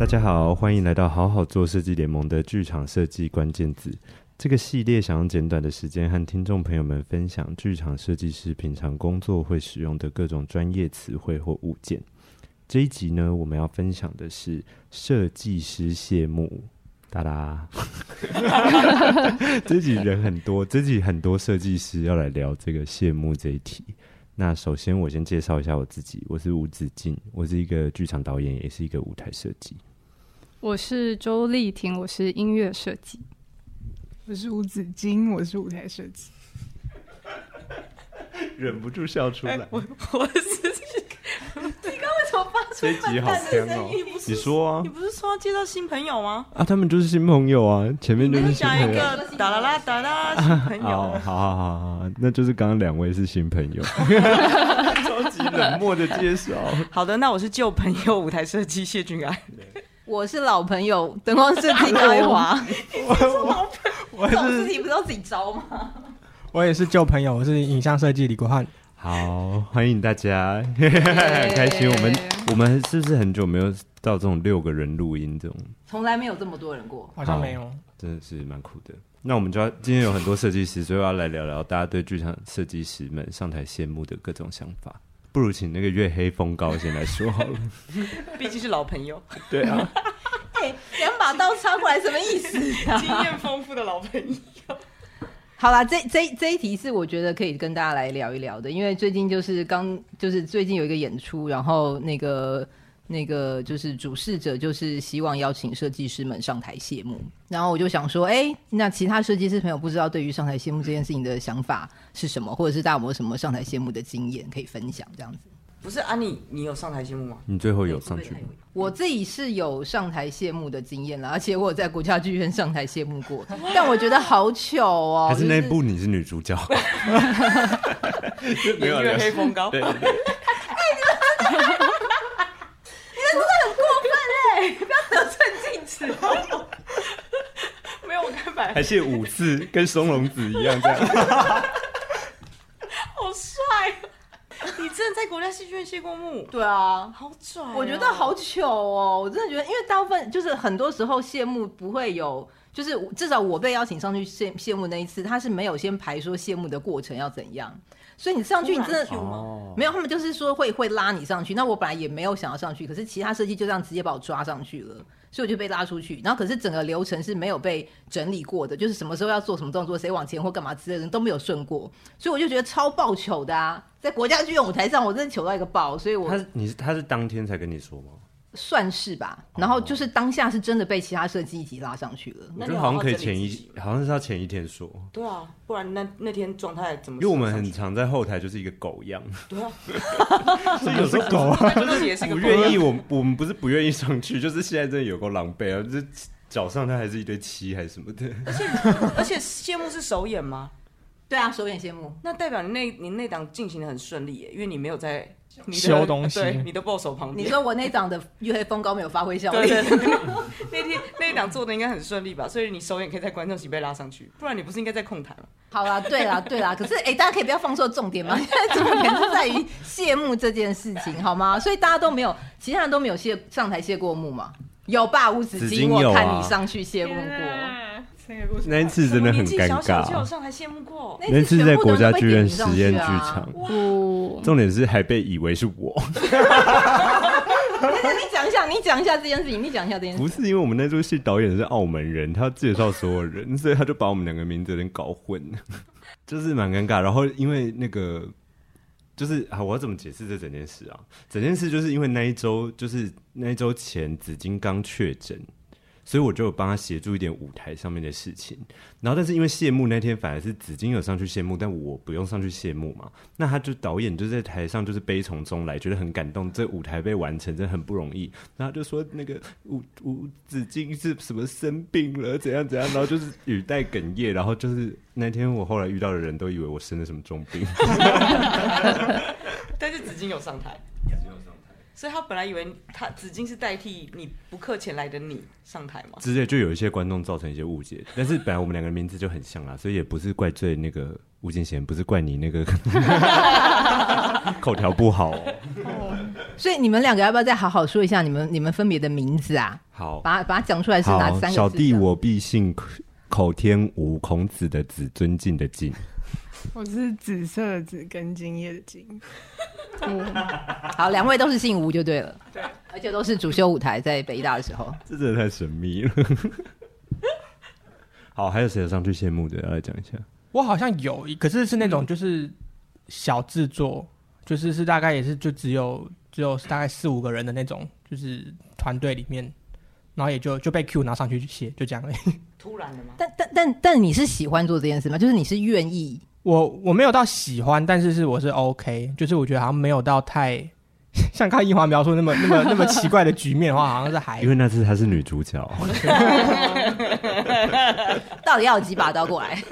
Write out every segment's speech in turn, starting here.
大家好，欢迎来到好好做设计联盟的剧场设计关键字。这个系列想用简短的时间和听众朋友们分享剧场设计师平常工作会使用的各种专业词汇或物件。这一集呢，我们要分享的是设计师谢幕。哒啦这集人很多，这集很多设计师要来聊这个谢幕这一题。那首先我先介绍一下我自己，我是吴子敬，我是一个剧场导演，也是一个舞台设计。 我是周丽婷，我是音乐设计。 我是吴子金，我是舞台设计。 忍不住笑出来。 我是你刚为什么发出这一集好香哦！你说啊， 你不是说要介绍新朋友吗？ 啊，他们就是新朋友啊，前面就是新朋友。 讲一个哒啦啦哒啦新朋友。 好，那就是刚刚两位是新朋友，超级冷漠的介绍。 好的，那我是旧朋友舞台设计谢君安。 我是老朋友灯光设计高一华。 我这种事情不是要自己招吗？ 我也是旧朋友，我是影像设计李国汉。 好，欢迎大家，很开心。我们是不是很久没有到这种6个人录音这种？ 从来没有这么多人过， 好像没有， 真的是蛮酷的。那我们就要今天有很多设计师，所以我要来聊聊大家对剧场设计师们上台谢幕的各种想法。不如請那個月黑風高先來說好了。 畢竟是老朋友。 對啊。 2把刀插過來什麼意思啊？ 經驗豐富的老朋友。 好啦，這一題是我覺得可以跟大家來聊一聊的，因為最近就是最近有一個演出，然後那個就是主事者就是希望邀請設計師們上台謝幕，然後我就想說那其他設計師朋友不知道對於上台謝幕這件事情的想法是什麼，或者是大家有沒有什麼上台謝幕的經驗可以分享這樣子。 不是啊，你有上台謝幕嗎？ 你最後有上去嗎？ 我自己是有上台謝幕的經驗啦，而且我有在國家劇院上台謝幕過，但我覺得好糗哦。 還是那一部你是女主角？ 沒有月黑風高。對對對你真的很過分不要得寸進尺。 沒有，我看白還謝5次，跟松隆子一樣這樣。 好帥哦！你真的在國家戲劇院謝過幕？ 對啊， 好拽哦！ 我覺得好糗哦，我真的覺得，因為大部分就是很多時候謝幕不會有，就是至少我被邀請上去謝幕那一次，他是沒有先排說謝幕的過程要怎樣。所以你上去，你真的没有，他们就是说会拉你上去。那我本来也没有想要上去，可是其他设计就这样直接把我抓上去了，所以我就被拉出去。然后可是整个流程是没有被整理过的，就是什么时候要做什么动作，谁往前或干嘛之类的都没有顺过，所以我就觉得超爆糗的啊！在国家剧院舞台上，我真的糗到一个爆，所以他是当天才跟你说吗？ 算是吧，然后就是当下是真的被其他设计一起拉上去了。 我觉得好像可以好像是要前一天说。 对啊，不然那天状态怎么？ 因为我们很常在后台就是一个狗样。 对啊， 所以有时候狗啊， 就是也是个不愿意，我们不是不愿意上去，就是现在真的有够狼狈啊！就是脚上它还是一堆漆还是什么的。 而且谢幕是首演吗？ 对啊，首演谢幕， 那代表你那档进行的很顺利耶，因为你没有在修东西， 对，你的 boss 旁边。 你说我那档的月黑风高没有发挥效力？ 对，那天那一档做的应该很顺利吧，所以你首演可以在观众席被拉上去，不然你不是应该在控台吗？ 好啦，对啦，可是大家可以不要放错重点吗？现在重点是在于谢幕这件事情，好吗？所以大家都没有，其他人都没有上台谢过幕嘛？有吧？吴子金，我看你上去谢幕过。 那一次真的很尴尬， 就有上台谢幕过。 那次在国家剧院实验剧场，重点是还被以为是我。 你讲一下这件事情， 不是因为我们那出戏导演是澳门人，他要介绍所有人，所以他就把我们2个名字有点搞混，就是蛮尴尬。然后因为那个就是我要怎么解释这整件事啊？整件事就是因为那一周前子金刚确诊。所以我就有帮他协助一点舞台上面的事情，然后但是因为谢幕那天反而是子金有上去谢幕，但我不用上去谢幕嘛，那他就导演就在台上就是悲从中来，觉得很感动，这舞台被完成真的很不容易，然后他就说那个子金是什么生病了怎样，然后就是语带哽咽，然后就是那天我后来遇到的人都以为我生了什么重病。 但是子金有上台，所以他本来以为子金是代替你不客前来的你上台嘛， 之类，就有一些观众造成一些误解。但是本来我们2个名字就很像啦，所以也不是怪罪那个吴敬贤，不是怪你那个口条不好哦。 所以你们两个要不要再好好说一下你们分别的名字啊？ 好， 把它讲出来是哪3个字？ 小弟我必信口天吴，孔子的子，尊敬的敬。 我是紫色的紫跟金叶的金。 好，2位都是姓吴就对了。对，而且都是主修舞台，在北大的时候。 这真的太神秘了。好，还有谁有上去谢幕的？要来讲一下。 我好像有，可是是那种就是小制作，就是大概也是就只有大概4-5个人的那种，就是团队里面，然后也就被 Q 拿上去写，就这样而已。 突然的吗？ 但你是喜欢做这件事吗？就是你是愿意？ 我没有到喜欢，但是我是 OK， 就是我觉得好像没有到太像刚才一华描述那么奇怪的局面的话，好像是还因为那次她是女主角。 到底要有几把刀过来？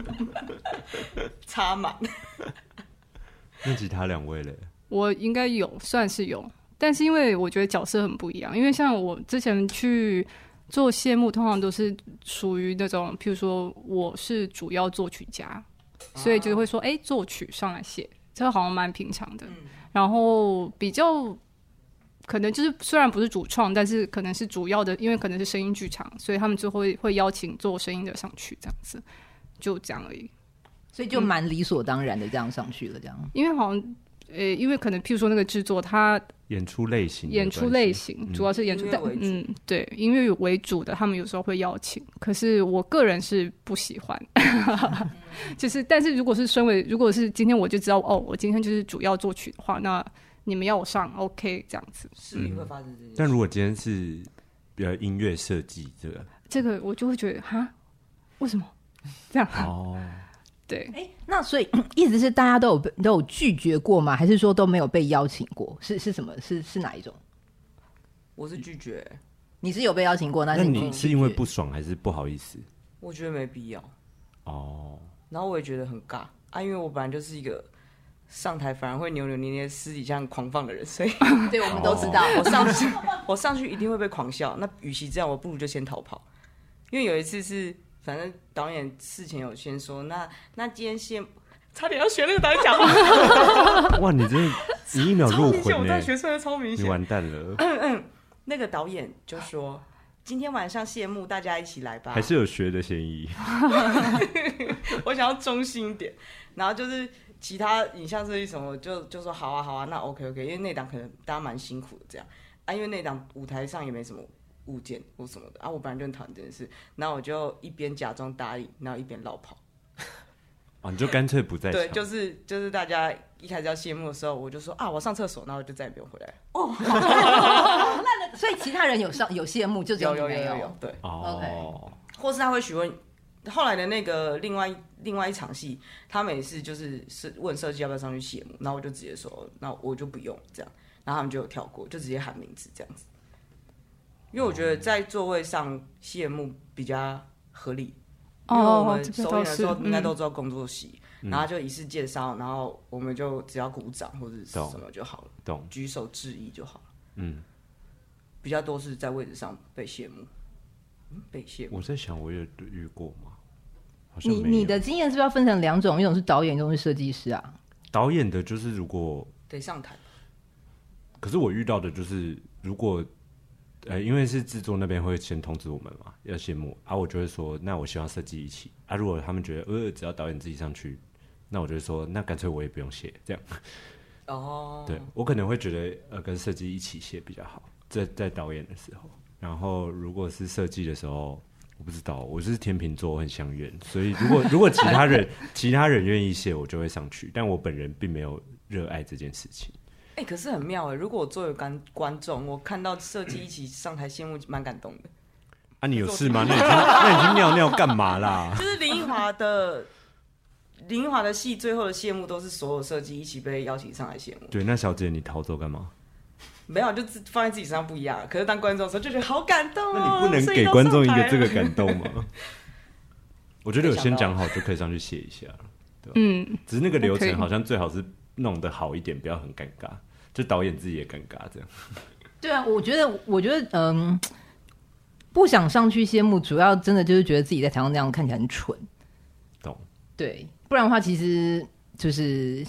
插满。 那其他2位嘞？ 我应该算是有，但是因为我觉得角色很不一样，因为像我之前去做谢幕，通常都是属于那种，譬如说我是主要作曲家，所以就会说，作曲上来写，这好像蛮平常的。然后比较可能就是虽然不是主创，但是可能是主要的，因为可能是声音剧场，所以他们就会邀请做声音的上去，这样子，就这样而已。 所以就蛮理所当然的这样上去了，这样。 因为好像因为可能譬如说那个制作，它演出类型主要是演出为主， 对，音乐为主的，他们有时候会邀请，可是我个人是不喜欢。就是但是如果是今天我就知道我今天就是主要作曲的话，那你们要我上 OK 这样子是会发生这件事。 但如果今天是音乐设计这个我就会觉得为什么这样？对， 那所以意思是大家都有拒绝过吗？还是说都没有被邀请过？是什么？是哪一种？ 我是拒绝。 你是有被邀请过？那你是因为不爽还是不好意思？ 我觉得没必要。然后我也觉得很尬因为我本来就是一个上台反而会扭扭捏捏、私底下很狂放的人，所以对我们都知道， 我上去一定会被狂笑。那与其这样，我不如就先逃跑。因为有一次是。反正导演事前有先说，那今天差点要学那个导演讲话。 哇，你1秒入魂我在学出来超明显， 你完蛋了。 那个导演就说，今天晚上谢幕，大家一起来吧。 还是有学的嫌疑。 我想要中性一点，然后就是其他影像设计什么，就说好啊，那 OK， 因为那档可能大家蛮辛苦的这样因为那档舞台上也没什么物件或什么的我本来就很讨厌这件事，然后我就一边假装答应，然后一边绕跑。 你就干脆不在场。 对，就是大家一开始要谢幕的时候，我就说我上厕所，然后我就再也不用回来了。 所以其他人有谢幕，就只有你没有。 对 ，OK。 或是他会询问，后来的那个另外一场戏，他们也是就是问设计要不要上去谢幕，然后我就直接说，那我就不用这样，然后他们就有跳过，就直接喊名字这样子。因为我觉得在座位上谢幕比较合理，因为我们首演的时候应该都知道工作席，然后就仪式介绍，然后我们就只要鼓掌或者什么就好了，举手致意就好了。比较多是在位置上被谢幕，被谢幕。 我在想，我有遇过吗？好像没有。 你的经验是不是要分成2种？一种是导演，一种是设计师啊？ 导演的就是如果得上台， 可是我遇到的就是如果。因为是制作那边会先通知我们嘛，要谢幕我就会说，那我希望设计一起如果他们觉得只要导演自己上去，那我就会说，那干脆我也不用谢这样。对，我可能会觉得跟设计一起谢比较好，在导演的时候。然后如果是设计的时候，我不知道，我是天秤座，我很相怨，所以如果其他人愿意谢，我就会上去，但我本人并没有热爱这件事情。 可是很妙如果我作为观众，我看到设计一起上台谢幕，蛮感动的。 你有事吗？那你去尿尿干嘛啦？ 就是林奕华的戏最后的谢幕都是所有设计一起被邀请上来谢幕。 对，那小姐你逃走干嘛？ 没有，就放在自己身上不一样。可是当观众的时候就觉得好感动那你不能给观众一个这个感动吗？我觉得有先讲好就可以上去谢一下了。只是那个流程好像最好是弄得好一点，不要很尴尬，就导演自己也尴尬这样。 对啊，我觉得不想上去谢幕，主要真的就是觉得自己在台上那样看起来很蠢。 懂。 对，不然的话其实就是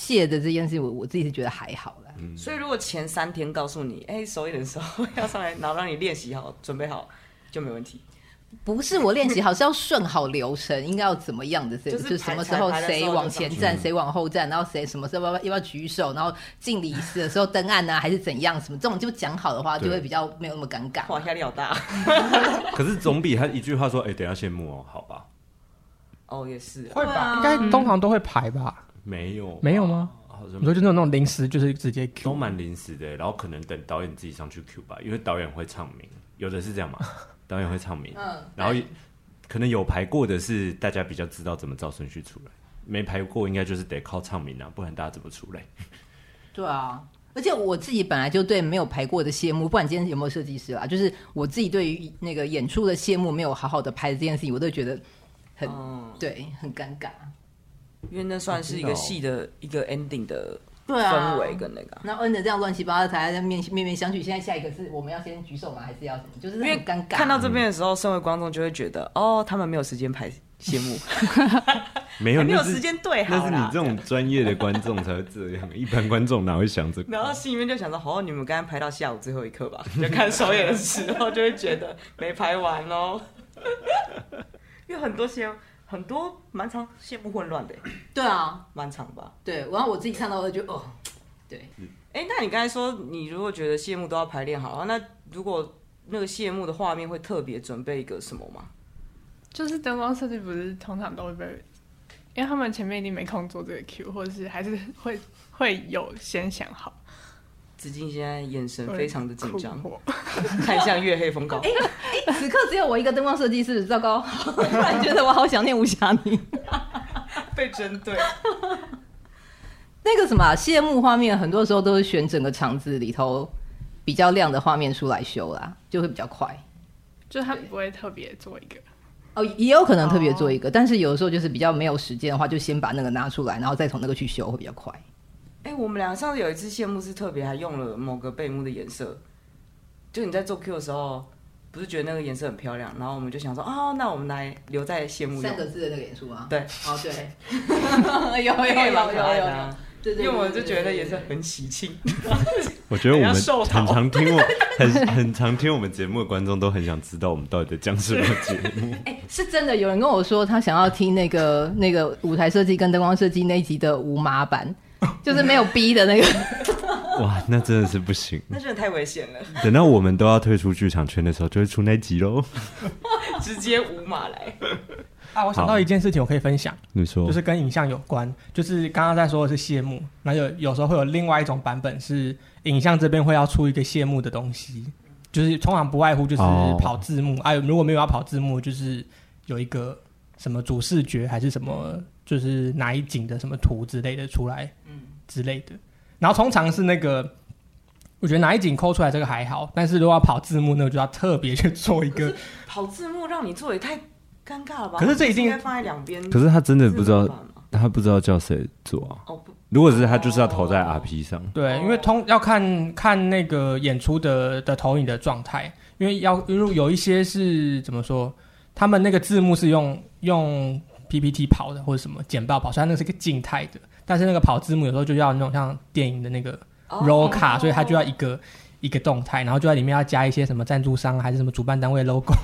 谢的这件事，我自己是觉得还好啦。 所以如果前3天告诉你，首演的时候要上来，然后让你练习好、准备好，就没问题。 不是我练习好，是要顺好流程，应该要怎么样的？就是什么时候谁往前站，谁往后站，然后谁什么时候要不要举手，然后敬礼仪式的时候登岸啊，还是怎样？什么这种就讲好的话，就会比较没有那么尴尬。 哇，压力好大。 可是总比他一句话说，等一下谢幕哦，好吧？ 哦，也是会吧？应该通常都会排吧？ 没有吗？你说就那种临时，就是直接 Q， 都蛮临时的，然后可能等导演自己上去 Q 吧，因为导演会唱名，有的是这样嘛，导演会唱名，然后可能有排过的是大家比较知道怎么照顺序出来，没排过应该就是得靠唱名啊，不然大家怎么出来？ 对啊，而且我自己本来就对没有排过的谢幕，不管今天有没有设计师啦，就是我自己对于那个演出的谢幕没有好好的排的这件事情，我都觉得很、对，很尴尬。 因为那算是一个戏的一个 ending 的对啊氛围跟那个， 然后摁着这样乱七八糟，才在面面相觑。现在下一个是我们要先举手吗？还是要什么？就是很尴尬。 看到这边的时候，身为观众就会觉得，他们没有时间排谢幕， 没有时间对好啦。 那是你这种专业的观众才会这样，一般观众哪会想这个？ 然后心里面就想说，你们刚刚排到下午最后一刻吧，就看首演的时候就会觉得没排完哦，因为很多蛮长谢幕混乱的。 对啊， 蛮长吧？ 对，然后我自己看到的就对。 那你刚才说你如果觉得谢幕都要排练好，那如果那个谢幕的画面会特别准备一个什么吗？ 就是灯光设计不是通常都会被，因为他们前面一定没空做这个 Q， 或者是还是会有先想好。 子敬现在眼神非常的紧张，看向月黑风高。 此刻只有我一个灯光设计师，糟糕！突然觉得我好想念吴霞宁， 被针对。 那个什么谢幕画面，很多时候都是选整个场子里头比较亮的画面出来修啦，就会比较快。 就是他不会特别做一个。 也有可能特别做一个，但是有的时候就是比较没有时间的话，就先把那个拿出来，然后再从那个去修，会比较快。 我们俩上次有一次谢幕是特别还用了某个背幕的颜色，就你在做 Q 的时候，不是觉得那个颜色很漂亮，然后我们就想说，那我们来留在谢幕用 3个字的那个演出吗？ 对， 对，有，对， 因为我就觉得颜色很喜庆。 我觉得我们很常听我们节目的观众都很想知道我们到底在讲什么节目。 是真的有人跟我说他想要听那个舞台设计跟灯光设计那一集的无码版，就是没有 B 的那个。 哇，那真的是不行， 那真的太危险了。 等到我们都要退出剧场圈的时候，就会出那集咯。 直接无码来。 我想到一件事情，我可以分享。 你说， 就是跟影像有关，就是刚刚在说的是谢幕，然后有时候会有另外一种版本是影像这边会要出一个谢幕的东西，就是通常不外乎就是跑字幕，如果没有要跑字幕，就是有一个什么主视觉还是什么，就是哪一景的什么图之类的出来，之类的。然后通常是那个，我觉得哪一景抠出来这个还好，但是如果要跑字幕，那个就要特别去做一个跑字幕，让你做也太尴尬了吧？ 可是这一定应该放在两边。 可是他真的不知道，他不知道叫谁做啊。如果是他，就是要投在 RP 上。对， 因为要看那个演出的投影的状态，因为有一些是怎么说，他们那个字幕是用 PPT 跑的，或者什么简报跑，所以它那个是个静态的。但是那个跑字幕有时候就要那种像电影的那个 roll 卡，所以它就要一个动态，然后就在里面要加一些什么赞助商还是什么主办单位 logo，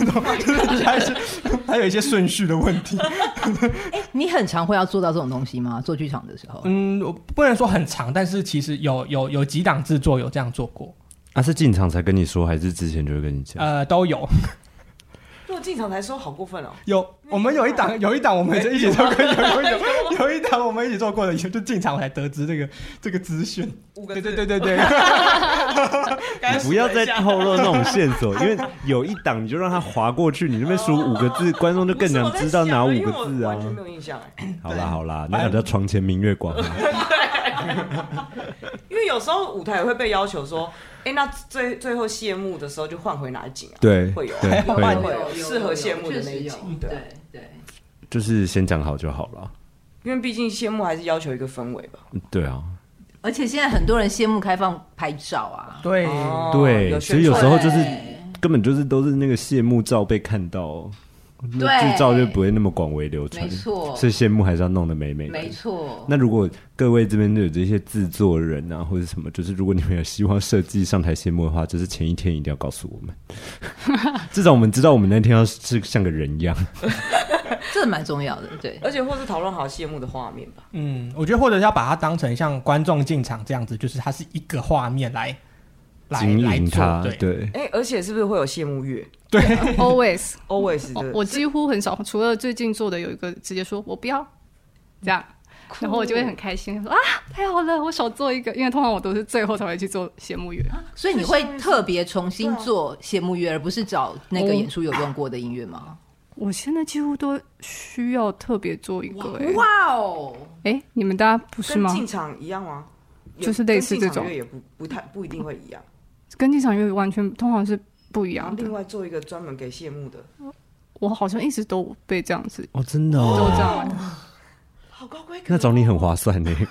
还有一些顺序的问题。 你很常会要做到这种东西吗？做剧场的时候？ 我不能说很常，但是其实有几档制作有这样做过。 是进场才跟你说，还是之前就会跟你讲？ 都有。 如果进场才说，好过分哦。 我们有一档我们一起做过，有一档我们一起做过的，就进场我才得知这个资讯。 5个字。 对。 你不要再透露那种线索，因为有一档你就让他滑过去，你那边输5个字，观众就更想知道哪5个字啊。 完全没有印象。 好啦，那个叫床前明月光。 因为有时候舞台会被要求说，那最后谢幕的时候就换回哪一景啊？ 对， 会有有适合谢幕的那一景， 对， 就是先讲好就好了。 因为毕竟谢幕还是要求一个氛围吧。 对啊， 而且现在很多人谢幕开放拍照啊。 对， 所以有时候就是根本就是都是那个谢幕照被看到。 对剧照就不会那么广为流传。 没错， 所以谢幕还是要弄得美美的。 没错。 那如果各位这边有这些制作人啊，或者什么，就是如果你们有希望设计上台谢幕的话，就是前一天一定要告诉我们，至少我们知道我们那天要是像个人一样。 这蛮重要的，对。 而且或是讨论好谢幕的画面吧。 我觉得或者要把它当成像观众进场这样子，就是它是一个画面来经营它， 对。 对， 而且是不是会有谢幕乐？ 对 ，always 对， 我几乎很少，除了最近做的有一个直接说我不要这样，然后我就会很开心说啊太好了，我少做一个，因为通常我都是最后才会去做谢幕乐， 所以你会特别重新做谢幕乐，而不是找那个演出有用过的音乐吗？ 我现在几乎都需要特别做一个。 哇哦！ 你们大家不是吗？ 跟进场一样吗？ 就是类似这种， 也不一定会一样， 跟进场乐完全通常是不一样的。 另外做一个专门给谢幕的， 我好像一直都被这样子哦，真的哦， 都这样玩。 好高规格， 那找你很划算呢。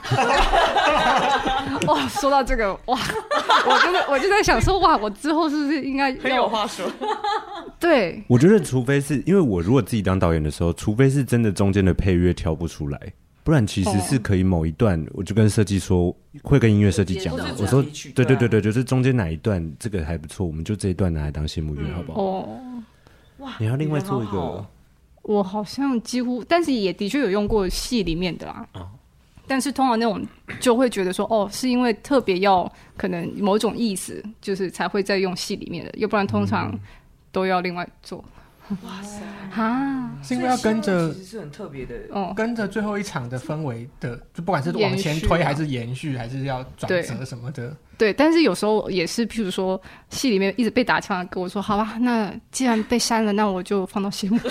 哇，说到这个，哇，我就在想说，哇，我之后是不是应该很有话说？ 对， 我觉得除非是因为我如果自己当导演的时候，除非是真的中间的配乐挑不出来，不然其实是可以某一段，我就跟设计说，会跟音乐设计讲，我说对，就是中间哪一段这个还不错，我们就这一段拿来当谢幕乐，好不好？ 哦， 哇， 你要另外做一个。 我好像几乎，但是也的确有用过戏里面的啦。但是通常那种就会觉得说，哦，是因为特别要可能某种意思，就是才会再用戏里面的，要不然通常都要另外做。 哇塞！ 啊， 是因为要跟着， 其实是很特别的， 跟着最后一场的氛围的，就不管是往前推还是延续，还是要转折什么的。 对，但是有时候也是，譬如说戏里面一直被打枪，跟我说，好吧，那既然被删了，那我就放到谢幕。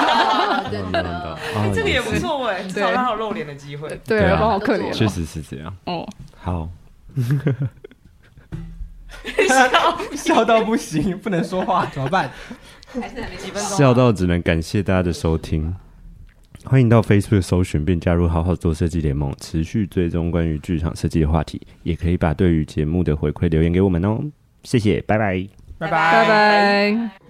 这个也不错哎，至少让他有露脸的机会。 对，要不然好可怜。 确实是这样。 哦， 好。 笑到不行，不能说话，怎么办？ 还是还没几分钟， 笑到只能感谢大家的收听。欢迎到 Facebook 搜寻并加入好好做设计联盟，持续追踪关于剧场设计的话题，也可以把对于节目的回馈留言给我们哦。谢谢，拜拜， 拜拜拜。